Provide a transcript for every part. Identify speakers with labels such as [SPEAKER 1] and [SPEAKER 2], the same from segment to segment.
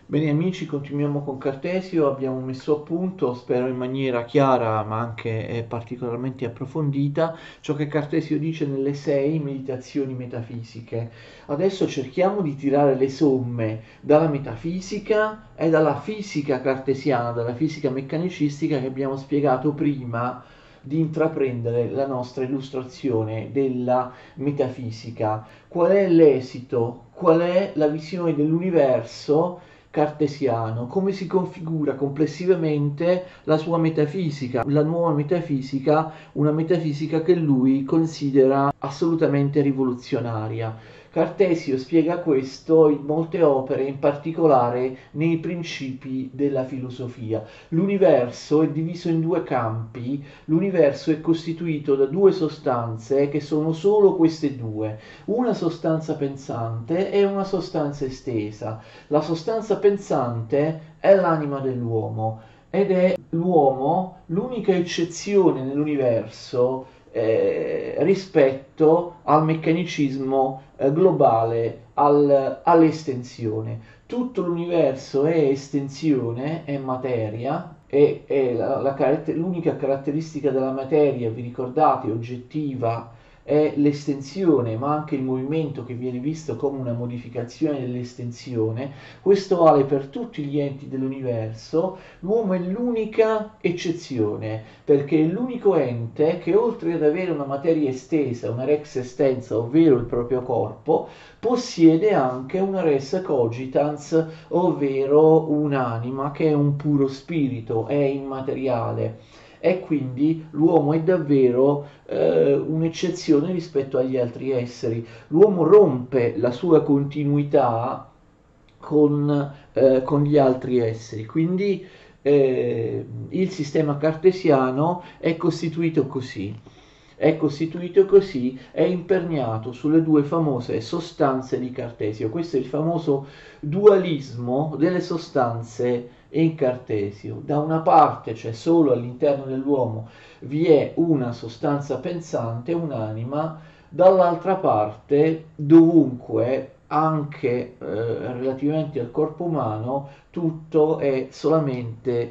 [SPEAKER 1] Bene amici, continuiamo con Cartesio, abbiamo messo a punto, spero in maniera chiara ma anche particolarmente approfondita, ciò che Cartesio dice nelle 6 meditazioni metafisiche. Adesso cerchiamo di tirare le somme dalla metafisica e dalla fisica cartesiana, dalla fisica meccanicistica che abbiamo spiegato prima di intraprendere la nostra illustrazione della metafisica. Qual è l'esito? Qual è la visione dell'universo cartesiano? Come si configura complessivamente la sua metafisica, la nuova metafisica, una metafisica che lui considera assolutamente rivoluzionaria? Cartesio spiega questo in molte opere, in particolare nei principi della filosofia. L'universo è diviso in due campi, l'universo è costituito da due sostanze che sono solo queste due, una sostanza pensante e una sostanza estesa. La sostanza pensante è l'anima dell'uomo ed è l'uomo l'unica eccezione nell'universo rispetto al meccanicismo globale, all'estensione. Tutto l'universo è estensione, è materia, l'unica caratteristica della materia, vi ricordate, oggettiva, è l'estensione, ma anche il movimento che viene visto come una modificazione dell'estensione. Questo vale per tutti gli enti dell'universo. L'uomo è l'unica eccezione, perché è l'unico ente che oltre ad avere una materia estesa, una res extensa, ovvero il proprio corpo, possiede anche una res cogitans, ovvero un'anima che è un puro spirito, è immateriale e quindi l'uomo è davvero un'eccezione rispetto agli altri esseri. L'uomo rompe la sua continuità con gli altri esseri, quindi il sistema cartesiano è costituito così. È costituito così, è imperniato sulle due famose sostanze di Cartesio. Questo è il famoso dualismo delle sostanze in Cartesio. Da una parte, cioè solo all'interno dell'uomo, vi è una sostanza pensante, un'anima, dall'altra parte, dovunque, anche relativamente al corpo umano, tutto è solamente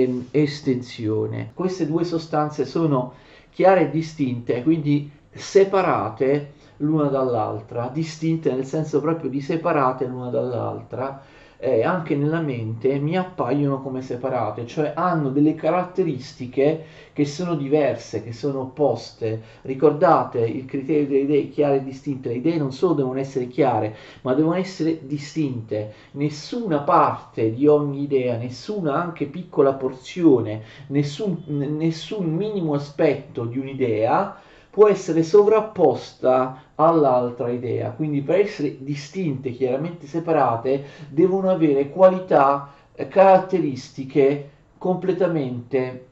[SPEAKER 1] estensione. Queste due sostanze sono chiare e distinte, quindi separate l'una dall'altra, distinte nel senso proprio di separate l'una dall'altra, anche nella mente mi appaiono come separate, cioè hanno delle caratteristiche che sono diverse, che sono opposte. Ricordate il criterio delle idee chiare e distinte, le idee non solo devono essere chiare, ma devono essere distinte. Nessuna parte di ogni idea, nessuna anche piccola porzione, nessun minimo aspetto di un'idea può essere sovrapposta all'altra idea, quindi per essere distinte, chiaramente separate, devono avere qualità, caratteristiche completamente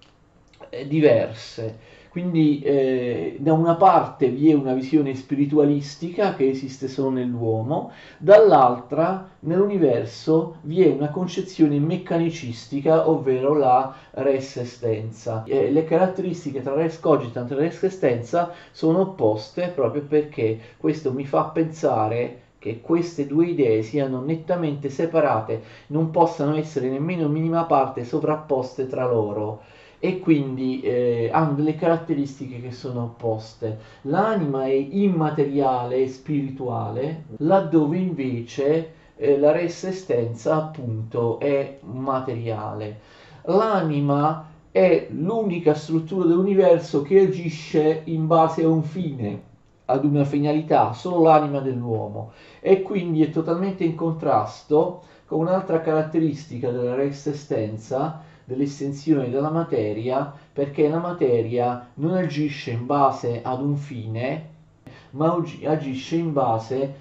[SPEAKER 1] diverse. Quindi da una parte vi è una visione spiritualistica che esiste solo nell'uomo, dall'altra nell'universo vi è una concezione meccanicistica, ovvero la res extensa. Le caratteristiche tra res cogitant e res extensa sono opposte proprio perché questo mi fa pensare che queste due idee siano nettamente separate, non possano essere nemmeno in minima parte sovrapposte tra loro e quindi hanno delle caratteristiche che sono opposte. L'anima è immateriale e spirituale, laddove invece la res extensa appunto è materiale. L'anima è l'unica struttura dell'universo che agisce in base a un fine, ad una finalità, solo l'anima dell'uomo e quindi è totalmente in contrasto con un'altra caratteristica della res extensa, dell'estensione della materia, perché la materia non agisce in base ad un fine, ma agisce in base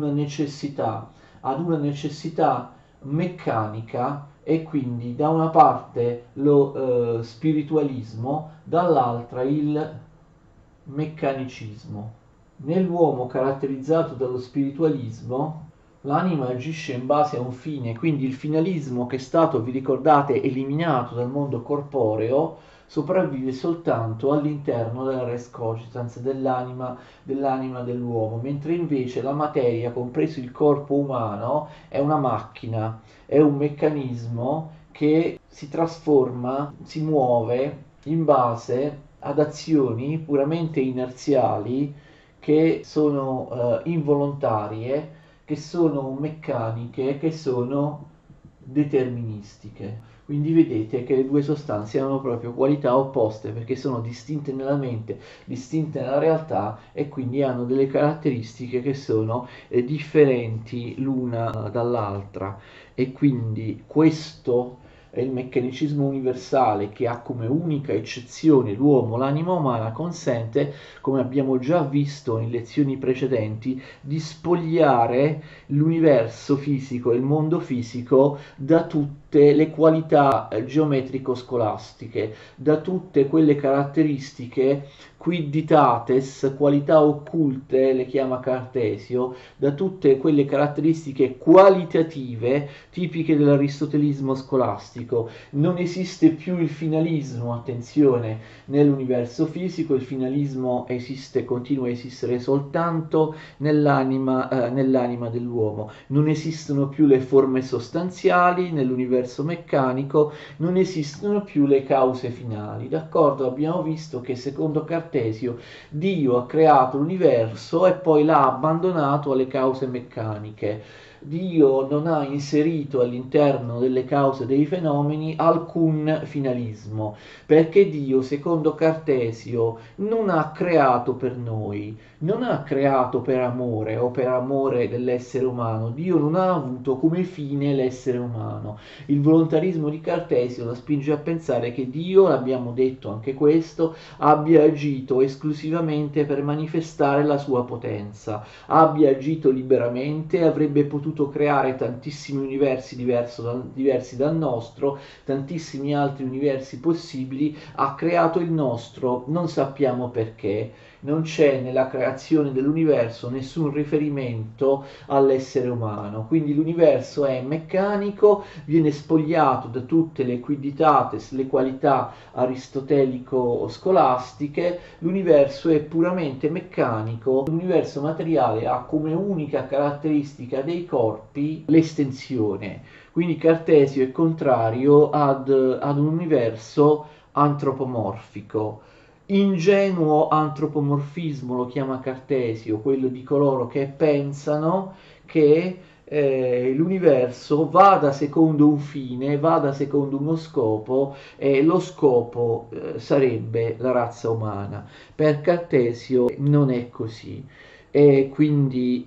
[SPEAKER 1] ad una necessità meccanica e quindi da una parte lo spiritualismo, dall'altra il meccanicismo. Nell'uomo caratterizzato dallo spiritualismo, l'anima agisce in base a un fine, quindi il finalismo che è stato, vi ricordate, eliminato dal mondo corporeo, sopravvive soltanto all'interno della res cogitans, dell'anima dell'uomo, mentre invece la materia, compreso il corpo umano, è una macchina, è un meccanismo che si trasforma, si muove in base ad azioni puramente inerziali che sono involontarie, che sono meccaniche, che sono deterministiche. Quindi vedete che le due sostanze hanno proprio qualità opposte perché sono distinte nella mente, distinte nella realtà e quindi hanno delle caratteristiche che sono differenti l'una dall'altra. E quindi questo è il meccanicismo universale che ha come unica eccezione l'uomo, l'anima umana, consente, come abbiamo già visto in lezioni precedenti, di spogliare l'universo fisico e il mondo fisico da tutte le qualità geometrico-scolastiche, da tutte quelle caratteristiche quidditates, qualità occulte, le chiama Cartesio, da tutte quelle caratteristiche qualitative tipiche dell'aristotelismo scolastico. Non esiste più il finalismo, attenzione, nell'universo fisico, il finalismo esiste, continua a esistere soltanto nell'anima dell'uomo. Non esistono più le forme sostanziali nell'universo meccanico, non esistono più le cause finali. D'accordo? Abbiamo visto che secondo Cartesio Dio ha creato l'universo e poi l'ha abbandonato alle cause meccaniche. Dio non ha inserito all'interno delle cause dei fenomeni alcun finalismo, perché Dio, secondo Cartesio, non ha creato per noi, non ha creato per amore o per amore dell'essere umano. Dio non ha avuto come fine l'essere umano. Il volontarismo di Cartesio lo spinge a pensare che Dio, l'abbiamo detto anche questo, abbia agito esclusivamente per manifestare la sua potenza, abbia agito liberamente, avrebbe potuto creare tantissimi universi diversi dal nostro, tantissimi altri universi possibili, ha creato il nostro, non sappiamo perché. Non c'è nella creazione dell'universo nessun riferimento all'essere umano, quindi l'universo è meccanico, viene spogliato da tutte le quiditates, le qualità aristotelico-scolastiche, l'universo è puramente meccanico, l'universo materiale ha come unica caratteristica dei corpi l'estensione, quindi Cartesio è contrario ad un universo antropomorfico. Ingenuo antropomorfismo lo chiama Cartesio, quello di coloro che pensano che l'universo vada secondo un fine, vada secondo uno scopo e lo scopo sarebbe la razza umana. Per Cartesio non è così e quindi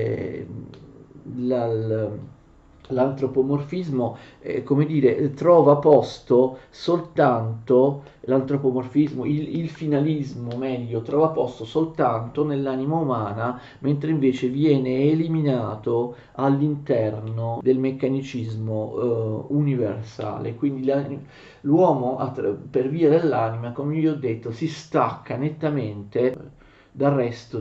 [SPEAKER 1] la, l'antropomorfismo, come dire, trova posto soltanto l'antropomorfismo, il finalismo meglio, trova posto soltanto nell'anima umana, mentre invece viene eliminato all'interno del meccanicismo universale. Quindi l'uomo per via dell'anima, come vi ho detto, si stacca nettamente dal resto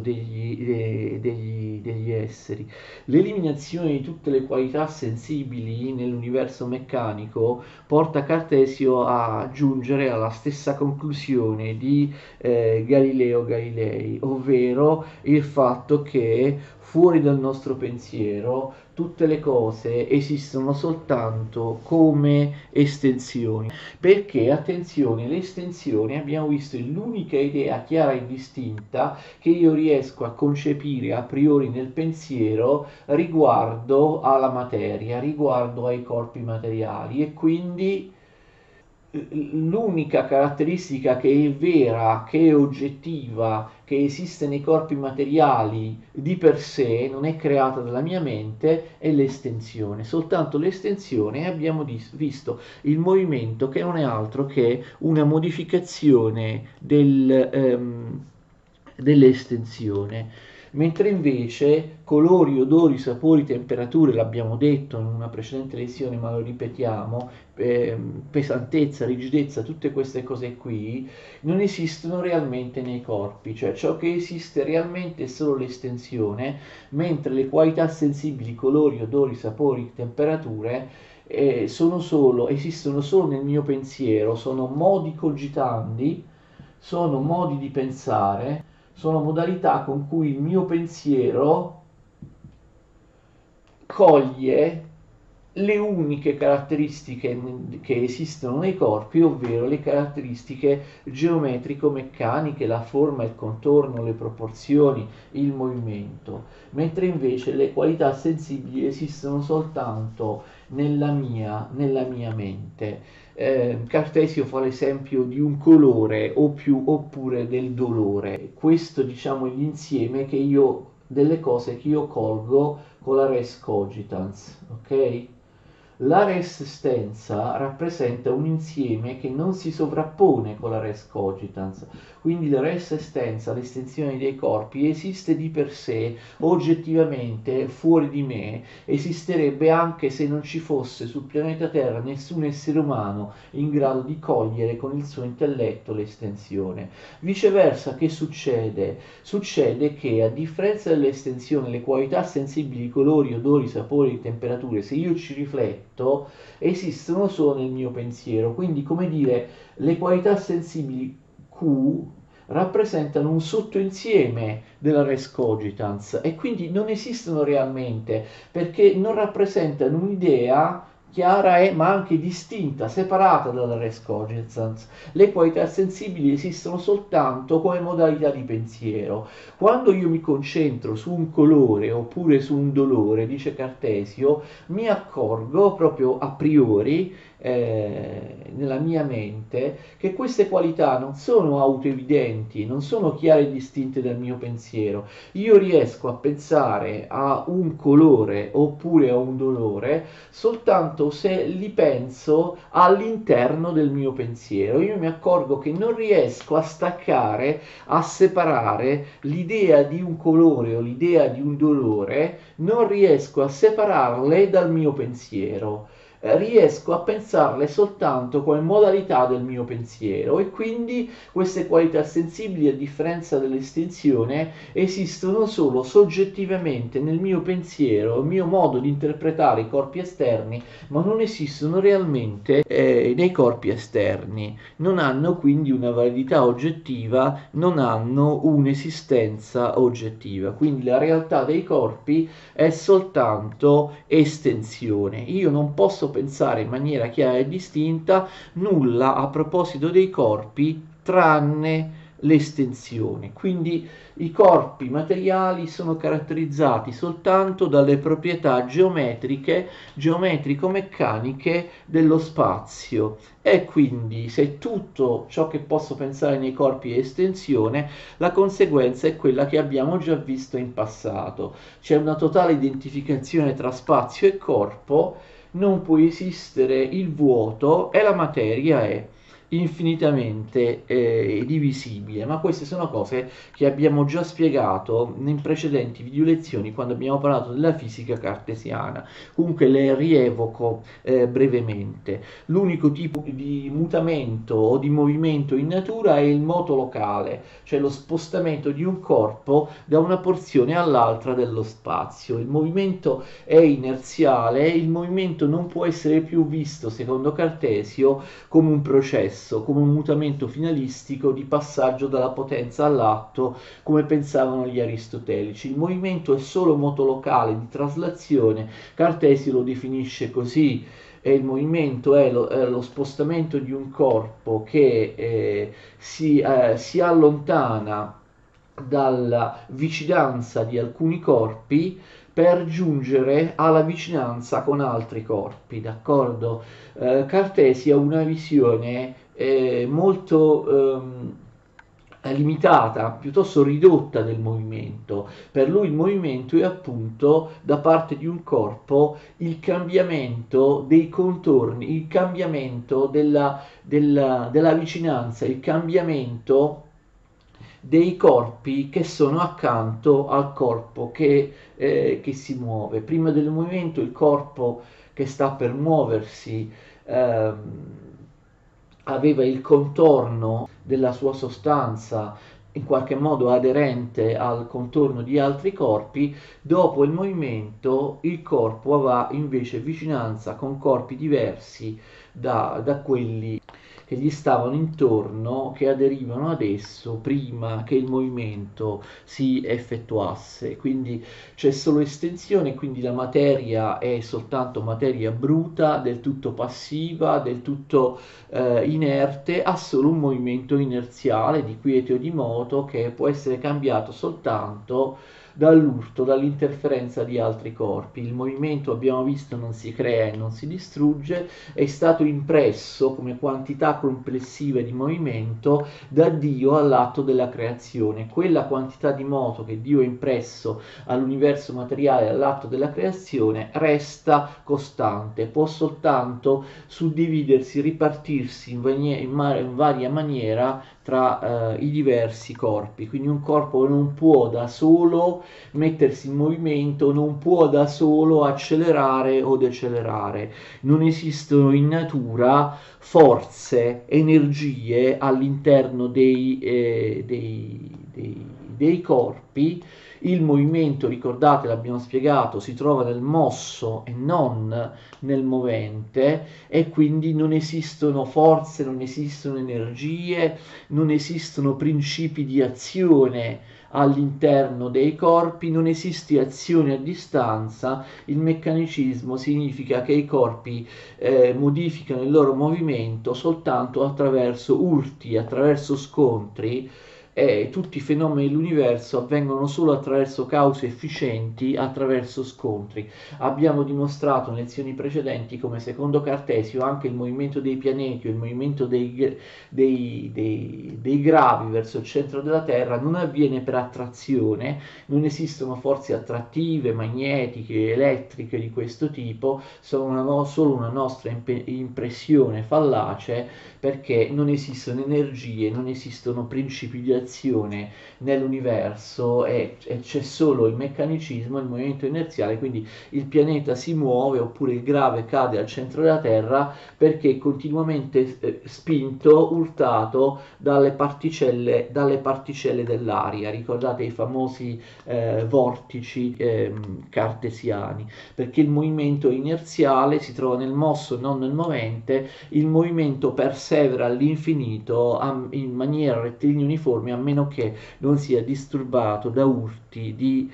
[SPEAKER 1] degli esseri. L'eliminazione di tutte le qualità sensibili nell'universo meccanico porta Cartesio a giungere alla stessa conclusione di Galileo Galilei, ovvero il fatto che fuori dal nostro pensiero tutte le cose esistono soltanto come estensioni. Perché, attenzione, le estensioni abbiamo visto è l'unica idea chiara e distinta che io riesco a concepire a priori nel pensiero riguardo alla materia, riguardo ai corpi materiali e quindi l'unica caratteristica che è vera, che è oggettiva, che esiste nei corpi materiali di per sé, non è creata dalla mia mente, è l'estensione. Soltanto l'estensione e abbiamo visto il movimento che non è altro che una modificazione dell'estensione. Mentre invece colori, odori, sapori, temperature, l'abbiamo detto in una precedente lezione ma lo ripetiamo, pesantezza, rigidezza, tutte queste cose qui non esistono realmente nei corpi, cioè ciò che esiste realmente è solo l'estensione, mentre le qualità sensibili, colori, odori, sapori, temperature esistono solo nel mio pensiero, sono modi cogitandi, sono modi di pensare, sono modalità con cui il mio pensiero coglie le uniche caratteristiche che esistono nei corpi, ovvero le caratteristiche geometrico-meccaniche, la forma, il contorno, le proporzioni, il movimento, mentre invece le qualità sensibili esistono soltanto nella mia mente. Cartesio fa l'esempio di un colore oppure del dolore. Questo, diciamo, è l'insieme delle cose che io colgo con la res cogitans, ok? La res extensa rappresenta un insieme che non si sovrappone con la res cogitans, quindi la res extensa, l'estensione dei corpi, esiste di per sé, oggettivamente, fuori di me, esisterebbe anche se non ci fosse sul pianeta Terra nessun essere umano in grado di cogliere con il suo intelletto l'estensione. Viceversa, che succede? Succede che, a differenza dell'estensione, le qualità sensibili, colori, odori, sapori, temperature, se io ci rifletto, esistono solo nel mio pensiero. Quindi, come dire, le qualità sensibili Q rappresentano un sottoinsieme della res cogitans e quindi non esistono realmente, perché non rappresentano un'idea chiara ma anche distinta, separata dalla res cogitans. Le qualità sensibili esistono soltanto come modalità di pensiero. Quando io mi concentro su un colore oppure su un dolore, dice Cartesio, mi accorgo proprio a priori, nella mia mente, che queste qualità non sono autoevidenti, non sono chiare e distinte dal mio pensiero. Io riesco a pensare a un colore oppure a un dolore soltanto se li penso all'interno del mio pensiero. Io mi accorgo che non riesco a staccare, a separare l'idea di un colore o l'idea di un dolore, non riesco a separarle dal mio pensiero. Riesco a pensarle soltanto come modalità del mio pensiero e quindi queste qualità sensibili, a differenza dell'estinzione, esistono solo soggettivamente nel mio pensiero, il mio modo di interpretare i corpi esterni, ma non esistono realmente nei corpi esterni, non hanno quindi una validità oggettiva, non hanno un'esistenza oggettiva, quindi la realtà dei corpi è soltanto estensione. Io non posso pensare in maniera chiara e distinta nulla a proposito dei corpi tranne l'estensione. Quindi i corpi materiali sono caratterizzati soltanto dalle proprietà geometriche, geometrico-meccaniche dello spazio. E quindi, se tutto ciò che posso pensare nei corpi è estensione, la conseguenza è quella che abbiamo già visto in passato. C'è una totale identificazione tra spazio e corpo, non può esistere il vuoto e la materia è infinitamente divisibile, ma queste sono cose che abbiamo già spiegato in precedenti video lezioni quando abbiamo parlato della fisica cartesiana. Comunque le rievoco brevemente. L'unico tipo di mutamento o di movimento in natura è il moto locale, cioè lo spostamento di un corpo da una porzione all'altra dello spazio. Il movimento è inerziale, il movimento non può essere più visto, secondo Cartesio, come un processo, come un mutamento finalistico di passaggio dalla potenza all'atto, come pensavano gli aristotelici. Il movimento è solo moto locale di traslazione, Cartesio lo definisce così. E il movimento è lo spostamento di un corpo che si allontana dalla vicinanza di alcuni corpi per giungere alla vicinanza con altri corpi, d'accordo? Cartesio ha una visione molto limitata, piuttosto ridotta del movimento. Per lui il movimento è appunto da parte di un corpo il cambiamento dei contorni, il cambiamento della vicinanza, il cambiamento dei corpi che sono accanto al corpo che si muove. Prima del movimento il corpo che sta per muoversi aveva il contorno della sua sostanza in qualche modo aderente al contorno di altri corpi, dopo il movimento il corpo avrà invece vicinanza con corpi diversi da quelli che gli stavano intorno, che aderivano ad esso prima che il movimento si effettuasse. Quindi c'è solo estensione, quindi la materia è soltanto materia bruta, del tutto passiva, del tutto inerte, ha solo un movimento inerziale di quiete o di moto che può essere cambiato soltanto dall'urto, dall'interferenza di altri corpi. Il movimento, abbiamo visto, non si crea e non si distrugge, è stato impresso come quantità complessiva di movimento da Dio all'atto della creazione. Quella quantità di moto che Dio ha impresso all'universo materiale all'atto della creazione resta costante, può soltanto suddividersi, ripartirsi in varia maniera tra i diversi corpi. Quindi un corpo non può da solo mettersi in movimento, non può da solo accelerare o decelerare. Non esistono in natura forze, energie all'interno dei corpi. Il movimento, ricordate, l'abbiamo spiegato, si trova nel mosso e non nel movente, e quindi non esistono forze, non esistono energie, non esistono principi di azione all'interno dei corpi, non esiste azione a distanza. Il meccanicismo significa che i corpi modificano il loro movimento soltanto attraverso urti, attraverso scontri, e tutti i fenomeni dell'universo avvengono solo attraverso cause efficienti, attraverso scontri. Abbiamo dimostrato in lezioni precedenti come secondo Cartesio anche il movimento dei pianeti o il movimento dei gravi verso il centro della Terra non avviene per attrazione, non esistono forze attrattive, magnetiche, elettriche di questo tipo, sono solo una nostra impressione fallace, perché non esistono energie, non esistono principi di azione nell'universo, e c'è solo il meccanismo, il movimento inerziale. Quindi il pianeta si muove oppure il grave cade al centro della Terra perché è continuamente spinto, urtato dalle particelle dell'aria. Ricordate i famosi vortici cartesiani, perché il movimento inerziale si trova nel mosso, non nel movente. Il movimento persevera all'infinito in maniera rettilinea uniforme, a meno che non sia disturbato da urti di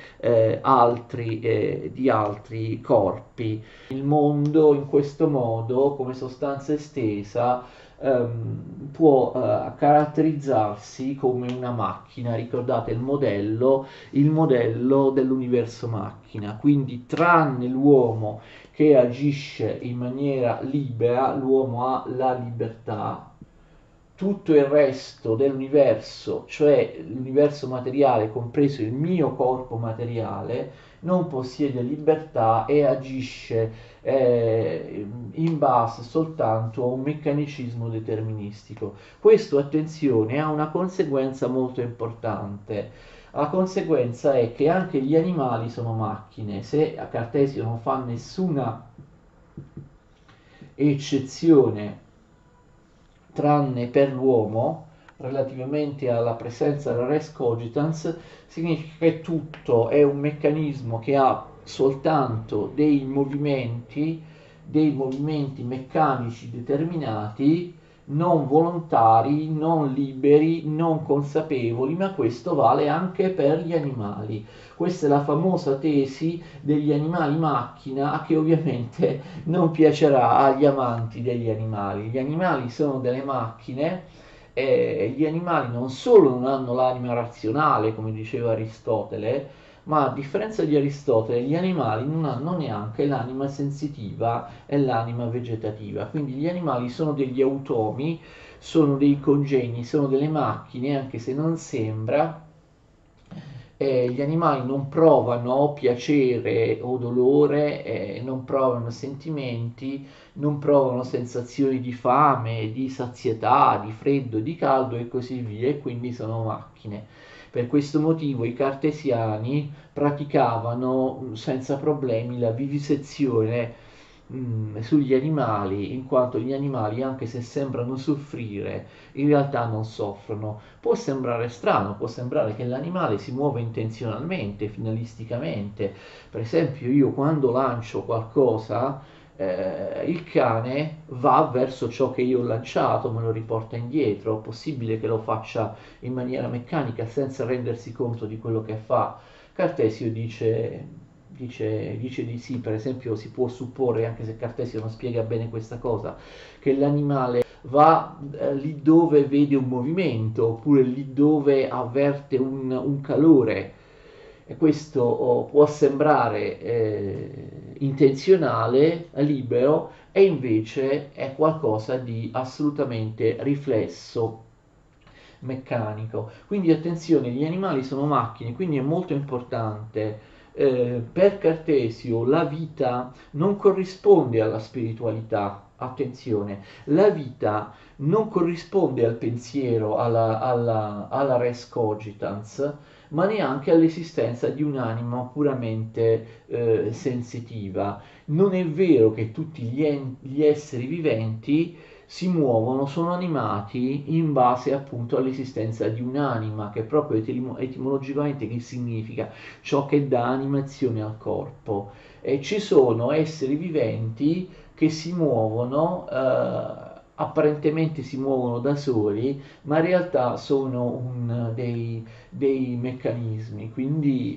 [SPEAKER 1] altri corpi. Il mondo in questo modo, come sostanza estesa, può caratterizzarsi come una macchina. Ricordate il modello dell'universo macchina. Quindi tranne l'uomo che agisce in maniera libera, l'uomo ha la libertà. Tutto il resto dell'universo, cioè l'universo materiale, compreso il mio corpo materiale, non possiede libertà e agisce in base soltanto a un meccanicismo deterministico. Questo, attenzione, ha una conseguenza molto importante. La conseguenza è che anche gli animali sono macchine. Se a Cartesio non fa nessuna eccezione tranne per l'uomo relativamente alla presenza del res cogitans, significa che tutto è un meccanismo che ha soltanto dei movimenti meccanici determinati, non volontari, non liberi, non consapevoli, ma questo vale anche per gli animali. Questa è la famosa tesi degli animali macchina, che ovviamente non piacerà agli amanti degli animali. Gli animali sono delle macchine, e gli animali non solo non hanno l'anima razionale, come diceva Aristotele, ma a differenza di Aristotele, gli animali non hanno neanche l'anima sensitiva e l'anima vegetativa. Quindi gli animali sono degli automi, sono dei congegni, sono delle macchine, anche se non sembra. Gli animali non provano piacere o dolore, non provano sentimenti, non provano sensazioni di fame, di sazietà, di freddo, di caldo e così via, e quindi sono macchine. Per questo motivo i cartesiani praticavano senza problemi la vivisezione sugli animali, in quanto gli animali, anche se sembrano soffrire, in realtà non soffrono. Può sembrare strano, può sembrare che l'animale si muove intenzionalmente, finalisticamente. Per esempio, io quando lancio qualcosa, il cane va verso ciò che io ho lanciato, me lo riporta indietro. È possibile che lo faccia in maniera meccanica senza rendersi conto di quello che fa. Cartesio dice di sì. Per esempio, si può supporre, anche se Cartesio non spiega bene questa cosa, che l'animale va lì dove vede un movimento, oppure lì dove avverte un calore. E questo può sembrare intenzionale, libero, e invece è qualcosa di assolutamente riflesso, meccanico. Quindi attenzione, gli animali sono macchine, quindi è molto importante. Per Cartesio la vita non corrisponde alla spiritualità, attenzione, la vita non corrisponde al pensiero, alla res cogitans, ma neanche all'esistenza di un'anima puramente sensitiva. Non è vero che tutti gli esseri viventi si muovono, sono animati in base appunto all'esistenza di un'anima, che proprio etimologicamente che significa? Ciò che dà animazione al corpo. E ci sono esseri viventi che si muovono, apparentemente si muovono da soli, ma in realtà sono dei meccanismi, quindi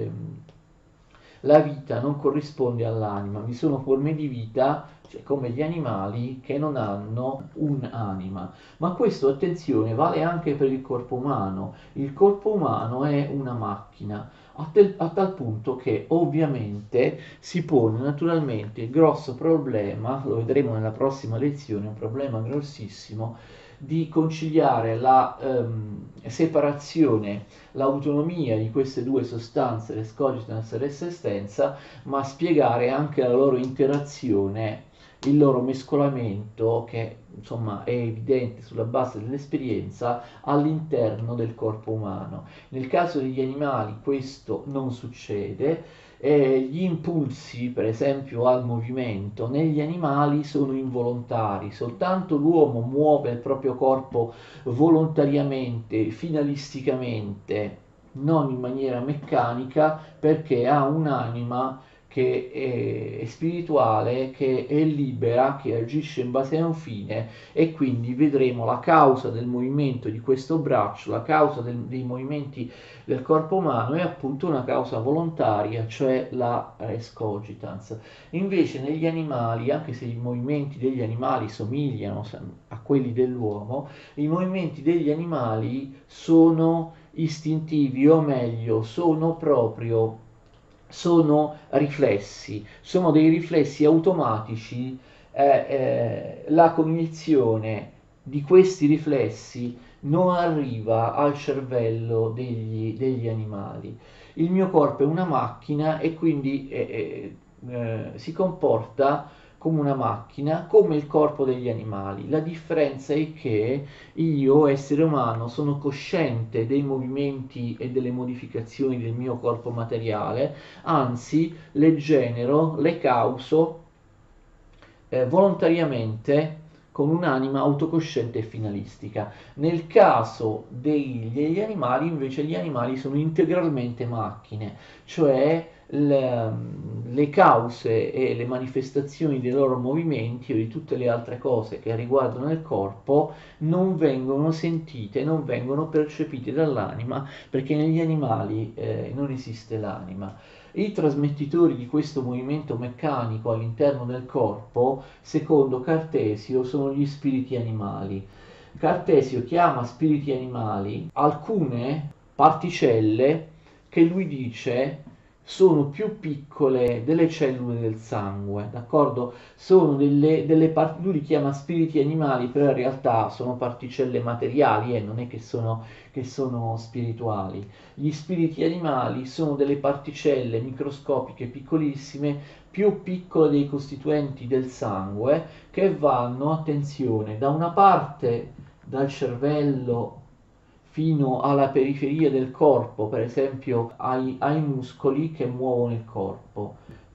[SPEAKER 1] la vita non corrisponde all'anima, vi sono forme di vita, cioè come gli animali, che non hanno un'anima. Ma questo, attenzione, vale anche per il corpo umano. Il corpo umano è una macchina, a tal punto che ovviamente si pone naturalmente il grosso problema, lo vedremo nella prossima lezione, un problema grossissimo, di conciliare la separazione, l'autonomia di queste due sostanze, res cogitans e res extensa, ma spiegare anche la loro interazione, il loro mescolamento, che insomma è evidente sulla base dell'esperienza, all'interno del corpo umano. Nel caso degli animali questo non succede. Gli impulsi, per esempio, al movimento negli animali sono involontari, soltanto l'uomo muove il proprio corpo volontariamente, finalisticamente, non in maniera meccanica, perché ha un'anima che è spirituale, che è libera, che agisce in base a un fine, e quindi vedremo la causa del movimento di questo braccio, la causa dei movimenti del corpo umano è appunto una causa volontaria, cioè la res cogitans. Invece negli animali, anche se i movimenti degli animali somigliano a quelli dell'uomo, i movimenti degli animali sono istintivi, o meglio, sono riflessi, sono dei riflessi automatici. La cognizione di questi riflessi non arriva al cervello degli animali. Il mio corpo è una macchina e quindi si comporta come una macchina, come il corpo degli animali. La differenza è che io, essere umano, sono cosciente dei movimenti e delle modificazioni del mio corpo materiale, anzi le genero, le causo volontariamente, con un'anima autocosciente e finalistica. Nel caso degli animali, invece, gli animali sono integralmente macchine, cioè le cause e le manifestazioni dei loro movimenti o di tutte le altre cose che riguardano il corpo non vengono sentite, non vengono percepite dall'anima, perché negli animali non esiste l'anima. I trasmettitori di questo movimento meccanico all'interno del corpo, secondo Cartesio, sono gli spiriti animali. Cartesio chiama spiriti animali alcune particelle che lui dice sono più piccole delle cellule del sangue, d'accordo? Sono lui li chiama spiriti animali, però in realtà sono particelle materiali, non è che sono spirituali. Gli spiriti animali sono delle particelle microscopiche piccolissime, più piccole dei costituenti del sangue, che vanno, attenzione, da una parte dal cervello fino alla periferia del corpo, per esempio ai muscoli che muovono il corpo.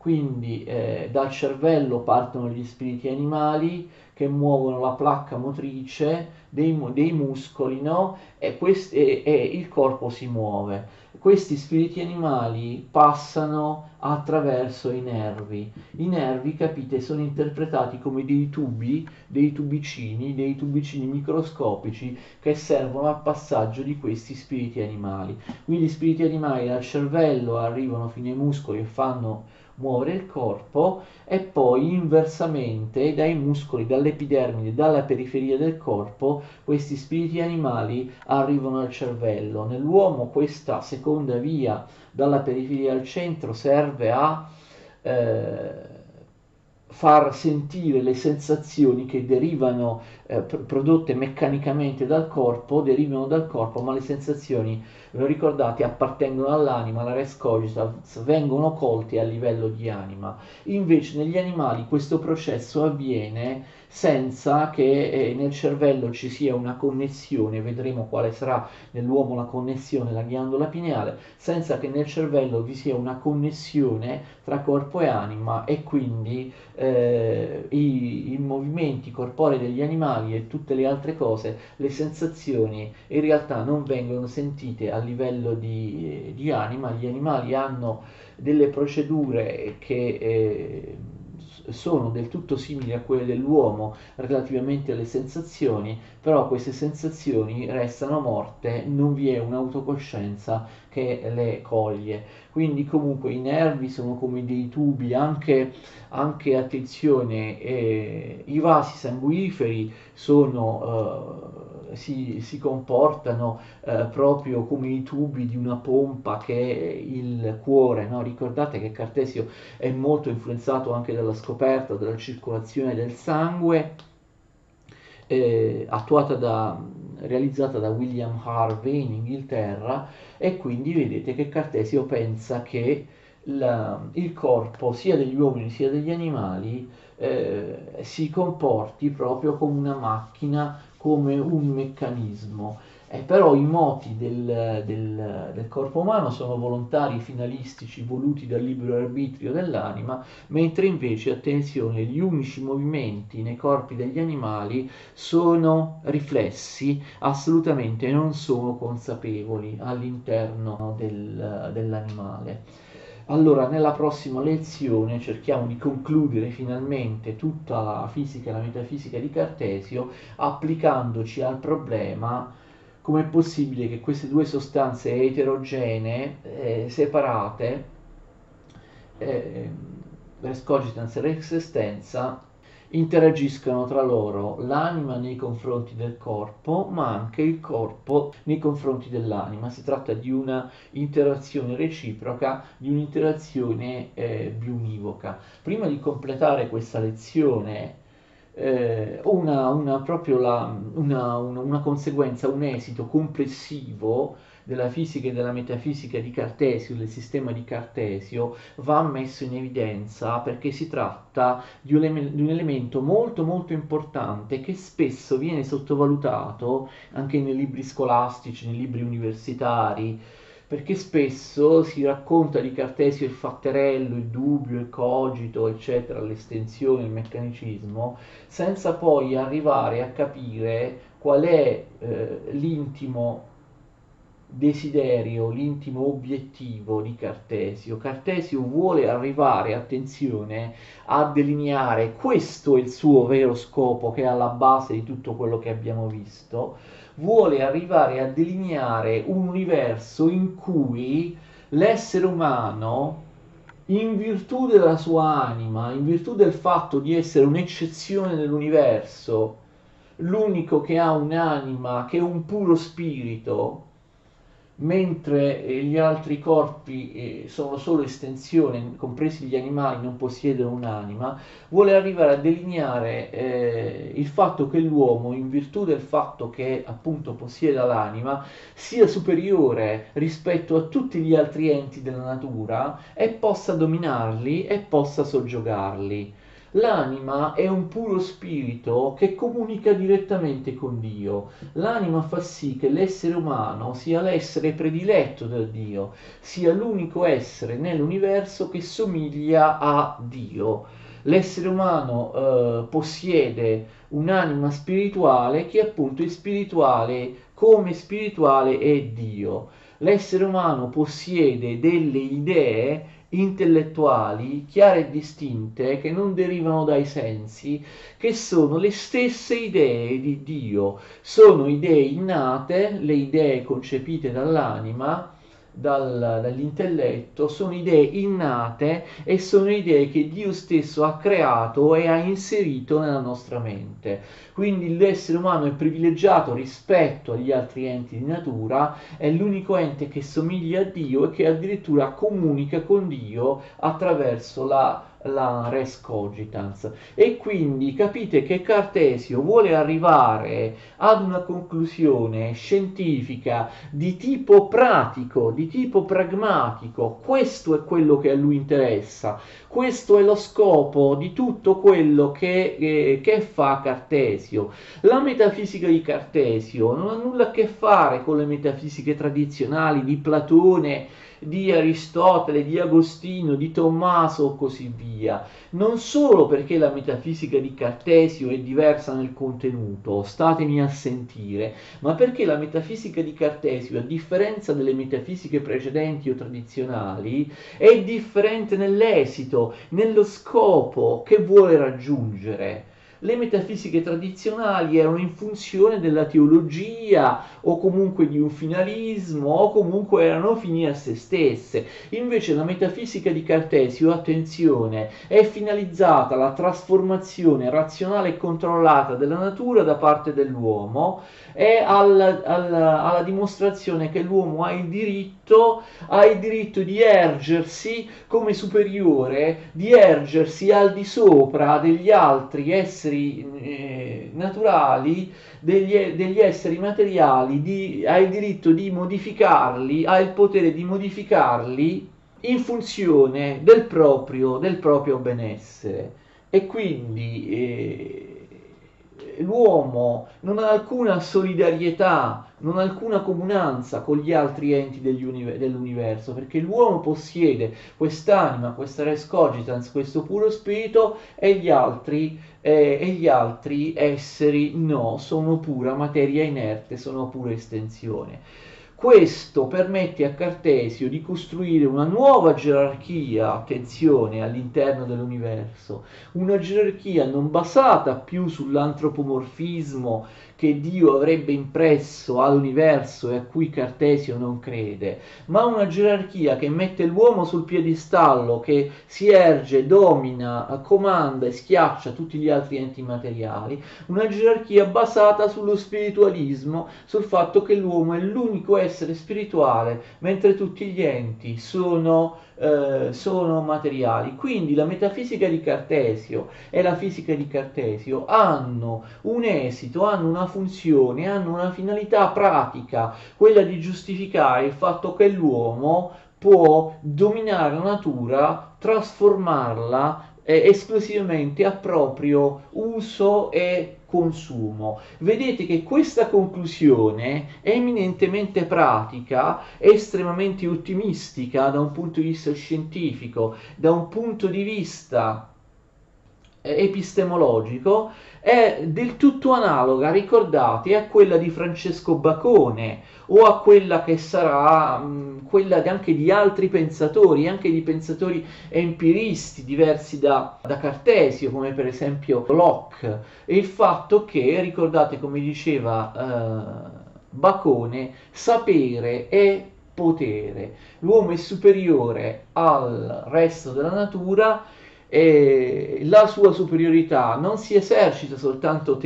[SPEAKER 1] quindi dal cervello partono gli spiriti animali che muovono la placca motrice dei muscoli, no? E il corpo si muove. Questi spiriti animali passano attraverso i nervi. I nervi, capite, sono interpretati come dei tubi, dei tubicini microscopici che servono al passaggio di questi spiriti animali. Quindi gli spiriti animali dal cervello arrivano fino ai muscoli e fanno muovere il corpo e poi inversamente dai muscoli, dall'epidermide, dalla periferia del corpo, questi spiriti animali arrivano al cervello. Nell'uomo questa seconda via dalla periferia al centro serve a eh, far sentire le sensazioni che derivano, prodotte meccanicamente dal corpo, derivano dal corpo, ma le sensazioni, ve lo ricordate, appartengono all'anima, la res cogitans, vengono colte a livello di anima. Invece negli animali questo processo avviene senza che nel cervello ci sia una connessione, vedremo quale sarà nell'uomo la connessione, la ghiandola pineale, senza che nel cervello vi sia una connessione tra corpo e anima e quindi i movimenti corporei degli animali e tutte le altre cose, le sensazioni in realtà non vengono sentite a livello di anima. Gli animali hanno delle procedure che sono del tutto simili a quelle dell'uomo relativamente alle sensazioni, però queste sensazioni restano morte, non vi è un'autocoscienza che le coglie. Quindi comunque i nervi sono come dei tubi, anche attenzione, i vasi sanguiferi si comportano proprio come i tubi di una pompa che è il cuore, no? Ricordate che Cartesio è molto influenzato anche dalla scoperta della circolazione del sangue, realizzata da William Harvey in Inghilterra, e quindi vedete che Cartesio pensa che il corpo sia degli uomini sia degli animali si comporti proprio come una macchina, come un meccanismo. Però i moti del corpo umano sono volontari, finalistici, voluti dal libero arbitrio dell'anima, mentre invece, attenzione, gli unici movimenti nei corpi degli animali sono riflessi, assolutamente non sono consapevoli all'interno dell'animale. Allora, nella prossima lezione cerchiamo di concludere finalmente tutta la fisica e la metafisica di Cartesio applicandoci al problema come è possibile che queste due sostanze eterogenee, separate, eh, res cogitans e res extensa, interagiscano tra loro, l'anima nei confronti del corpo, ma anche il corpo nei confronti dell'anima. Si tratta di una interazione reciproca, di un'interazione biunivoca. Prima di completare questa lezione, una conseguenza, un esito complessivo della fisica e della metafisica di Cartesio, del sistema di Cartesio, va messo in evidenza perché si tratta di un elemento molto molto importante che spesso viene sottovalutato anche nei libri scolastici, nei libri universitari, perché spesso si racconta di Cartesio il fatterello, il dubbio, il cogito, eccetera, l'estensione, il meccanicismo, senza poi arrivare a capire qual è l'intimo desiderio, l'intimo obiettivo di Cartesio. Cartesio vuole arrivare, attenzione, a delineare, questo è il suo vero scopo che è alla base di tutto quello che abbiamo visto, vuole arrivare a delineare un universo in cui l'essere umano, in virtù della sua anima, in virtù del fatto di essere un'eccezione nell'universo, l'unico che ha un'anima, che è un puro spirito, mentre gli altri corpi sono solo estensione, compresi gli animali, non possiedono un'anima, vuole arrivare a delineare il fatto che l'uomo, in virtù del fatto che appunto possieda l'anima, sia superiore rispetto a tutti gli altri enti della natura e possa dominarli e possa soggiogarli. L'anima è un puro spirito che comunica direttamente con Dio. L'anima fa sì che l'essere umano sia l'essere prediletto da Dio, sia l'unico essere nell'universo che somiglia a Dio. L'essere umano possiede un'anima spirituale che appunto è spirituale, come spirituale è Dio. L'essere umano possiede delle idee intellettuali chiare e distinte che non derivano dai sensi, che sono le stesse idee di Dio, sono idee innate, le idee concepite dall'anima, dall'intelletto, sono idee innate e sono idee che Dio stesso ha creato e ha inserito nella nostra mente. Quindi l'essere umano è privilegiato rispetto agli altri enti di natura, è l'unico ente che somiglia a Dio e che addirittura comunica con Dio attraverso la res cogitans. E quindi capite che Cartesio vuole arrivare ad una conclusione scientifica di tipo pratico, di tipo pragmatico. Questo è quello che a lui interessa, questo è lo scopo di tutto quello che fa Cartesio. La metafisica di Cartesio non ha nulla a che fare con le metafisiche tradizionali di Platone, di Aristotele, di Agostino, di Tommaso o così via. Non solo perché la metafisica di Cartesio è diversa nel contenuto, statemi a sentire, ma perché la metafisica di Cartesio, a differenza delle metafisiche precedenti o tradizionali, è differente nell'esito, nello scopo che vuole raggiungere. Le metafisiche tradizionali erano in funzione della teologia o comunque di un finalismo o comunque erano fini a se stesse. Invece la metafisica di Cartesio, attenzione, è finalizzata alla trasformazione razionale e controllata della natura da parte dell'uomo e alla dimostrazione che l'uomo ha il diritto di ergersi come superiore, di ergersi al di sopra degli altri esseri naturali, degli esseri materiali, ha il diritto di modificarli, ha il potere di modificarli in funzione del proprio benessere. E quindi l'uomo non ha alcuna solidarietà, non ha alcuna comunanza con gli altri enti dell'universo, perché l'uomo possiede quest'anima, questa res cogitans, questo puro spirito, e gli altri esseri no, sono pura materia inerte, sono pura estensione. Questo permette a Cartesio di costruire una nuova gerarchia, attenzione, all'interno dell'universo, una gerarchia non basata più sull'antropomorfismo che Dio avrebbe impresso all'universo e a cui Cartesio non crede, ma una gerarchia che mette l'uomo sul piedistallo, che si erge, domina, comanda e schiaccia tutti gli altri enti materiali, una gerarchia basata sullo spiritualismo, sul fatto che l'uomo è l'unico essere spirituale, mentre tutti gli enti sono materiali. Quindi la metafisica di Cartesio e la fisica di Cartesio hanno un esito, hanno una funzione, hanno una finalità pratica, quella di giustificare il fatto che l'uomo può dominare la natura, trasformarla esclusivamente a proprio uso e consumo. Vedete che questa conclusione è eminentemente pratica, estremamente ottimistica da un punto di vista scientifico, da un punto di vista epistemologico, è del tutto analoga, ricordate, a quella di Francesco Bacone o a quella che sarà quella anche di altri pensatori, anche di pensatori empiristi diversi da Cartesio, come per esempio Locke, e il fatto che, ricordate come diceva Bacone, sapere è potere, l'uomo è superiore al resto della natura e la sua superiorità non si esercita soltanto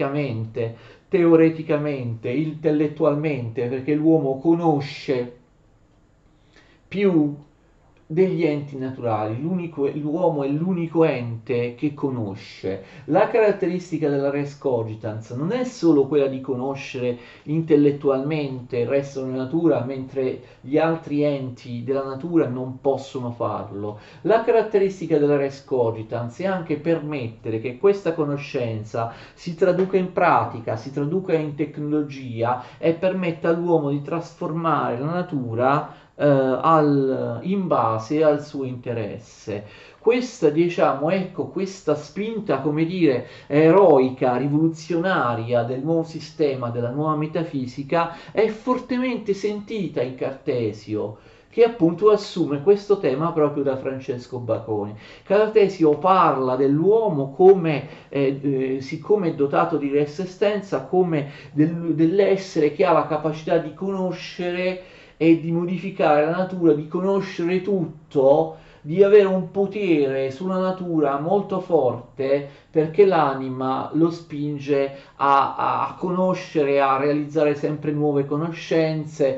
[SPEAKER 1] teoreticamente, intellettualmente, perché l'uomo conosce più degli enti naturali. L'uomo è l'unico ente che conosce. La caratteristica della res cogitans non è solo quella di conoscere intellettualmente il resto della natura, mentre gli altri enti della natura non possono farlo. La caratteristica della res cogitans è anche permettere che questa conoscenza si traduca in pratica, si traduca in tecnologia e permetta all'uomo di trasformare la natura in base al suo interesse. Questa, diciamo, ecco, questa spinta, come dire, eroica, rivoluzionaria del nuovo sistema, della nuova metafisica, è fortemente sentita in Cartesio, che appunto assume questo tema proprio da Francesco Baconi. Cartesio parla dell'uomo come, siccome è dotato di resistenza, come dell'essere che ha la capacità di conoscere e di modificare la natura, di conoscere tutto, di avere un potere sulla natura molto forte, perché l'anima lo spinge a conoscere, a realizzare sempre nuove conoscenze,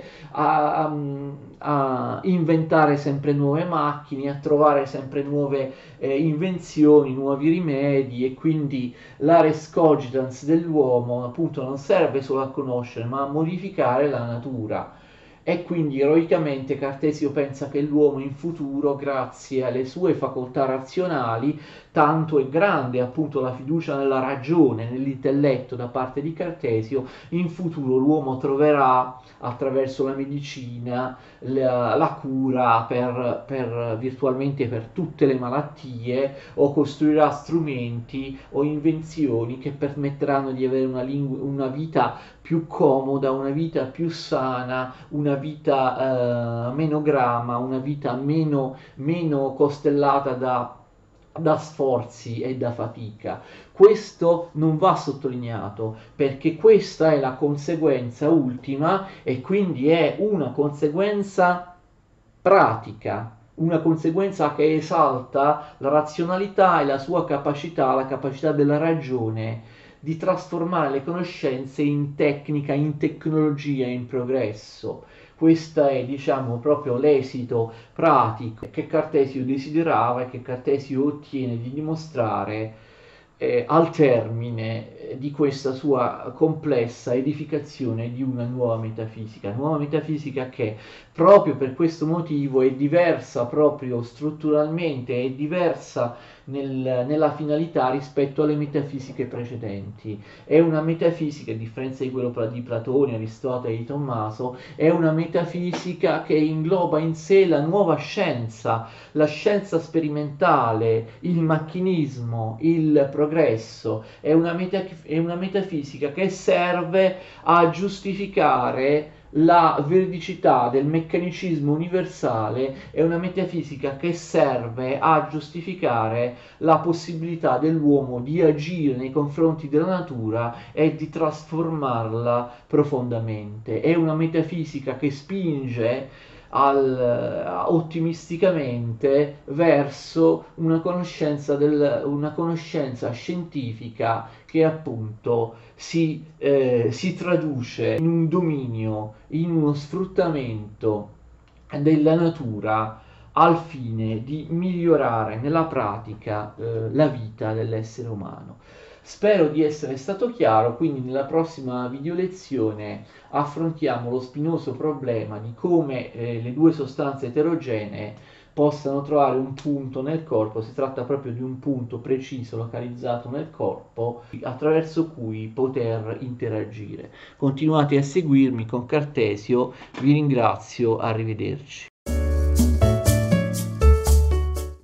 [SPEAKER 1] a inventare sempre nuove macchine, a trovare sempre nuove invenzioni, nuovi rimedi, e quindi la res cogitans dell'uomo appunto non serve solo a conoscere, ma a modificare la natura. E quindi eroicamente Cartesio pensa che l'uomo in futuro, grazie alle sue facoltà razionali, tanto è grande appunto la fiducia nella ragione, nell'intelletto da parte di Cartesio, in futuro l'uomo troverà attraverso la medicina la cura virtualmente per tutte le malattie, o costruirà strumenti o invenzioni che permetteranno di avere una vita più comoda, una vita più sana, una vita meno grama, una vita meno costellata da sforzi e da fatica. Questo non va sottolineato, perché questa è la conseguenza ultima, e quindi è una conseguenza pratica, una conseguenza che esalta la razionalità e la sua capacità, la capacità della ragione di trasformare le conoscenze in tecnica, in tecnologia, in progresso. Questo è, diciamo, proprio l'esito pratico che Cartesio desiderava e che Cartesio ottiene di dimostrare al termine di questa sua complessa edificazione di una nuova metafisica che proprio per questo motivo è diversa proprio strutturalmente, è diversa nella finalità rispetto alle metafisiche precedenti. È una metafisica, a differenza di quello di Platone, Aristotele e di Tommaso, è una metafisica che ingloba in sé la nuova scienza, la scienza sperimentale, il macchinismo, il progresso. È una metafisica che serve a giustificare la veridicità del meccanicismo universale, è una metafisica che serve a giustificare la possibilità dell'uomo di agire nei confronti della natura e di trasformarla profondamente. È una metafisica che spinge ottimisticamente verso una conoscenza scientifica che appunto si traduce in un dominio, in uno sfruttamento della natura al fine di migliorare nella pratica la vita dell'essere umano. Spero di essere stato chiaro, quindi nella prossima video lezione affrontiamo lo spinoso problema di come le due sostanze eterogenee possano trovare un punto nel corpo. Si tratta proprio di un punto preciso localizzato nel corpo attraverso cui poter interagire. Continuate a seguirmi con Cartesio, vi ringrazio, arrivederci.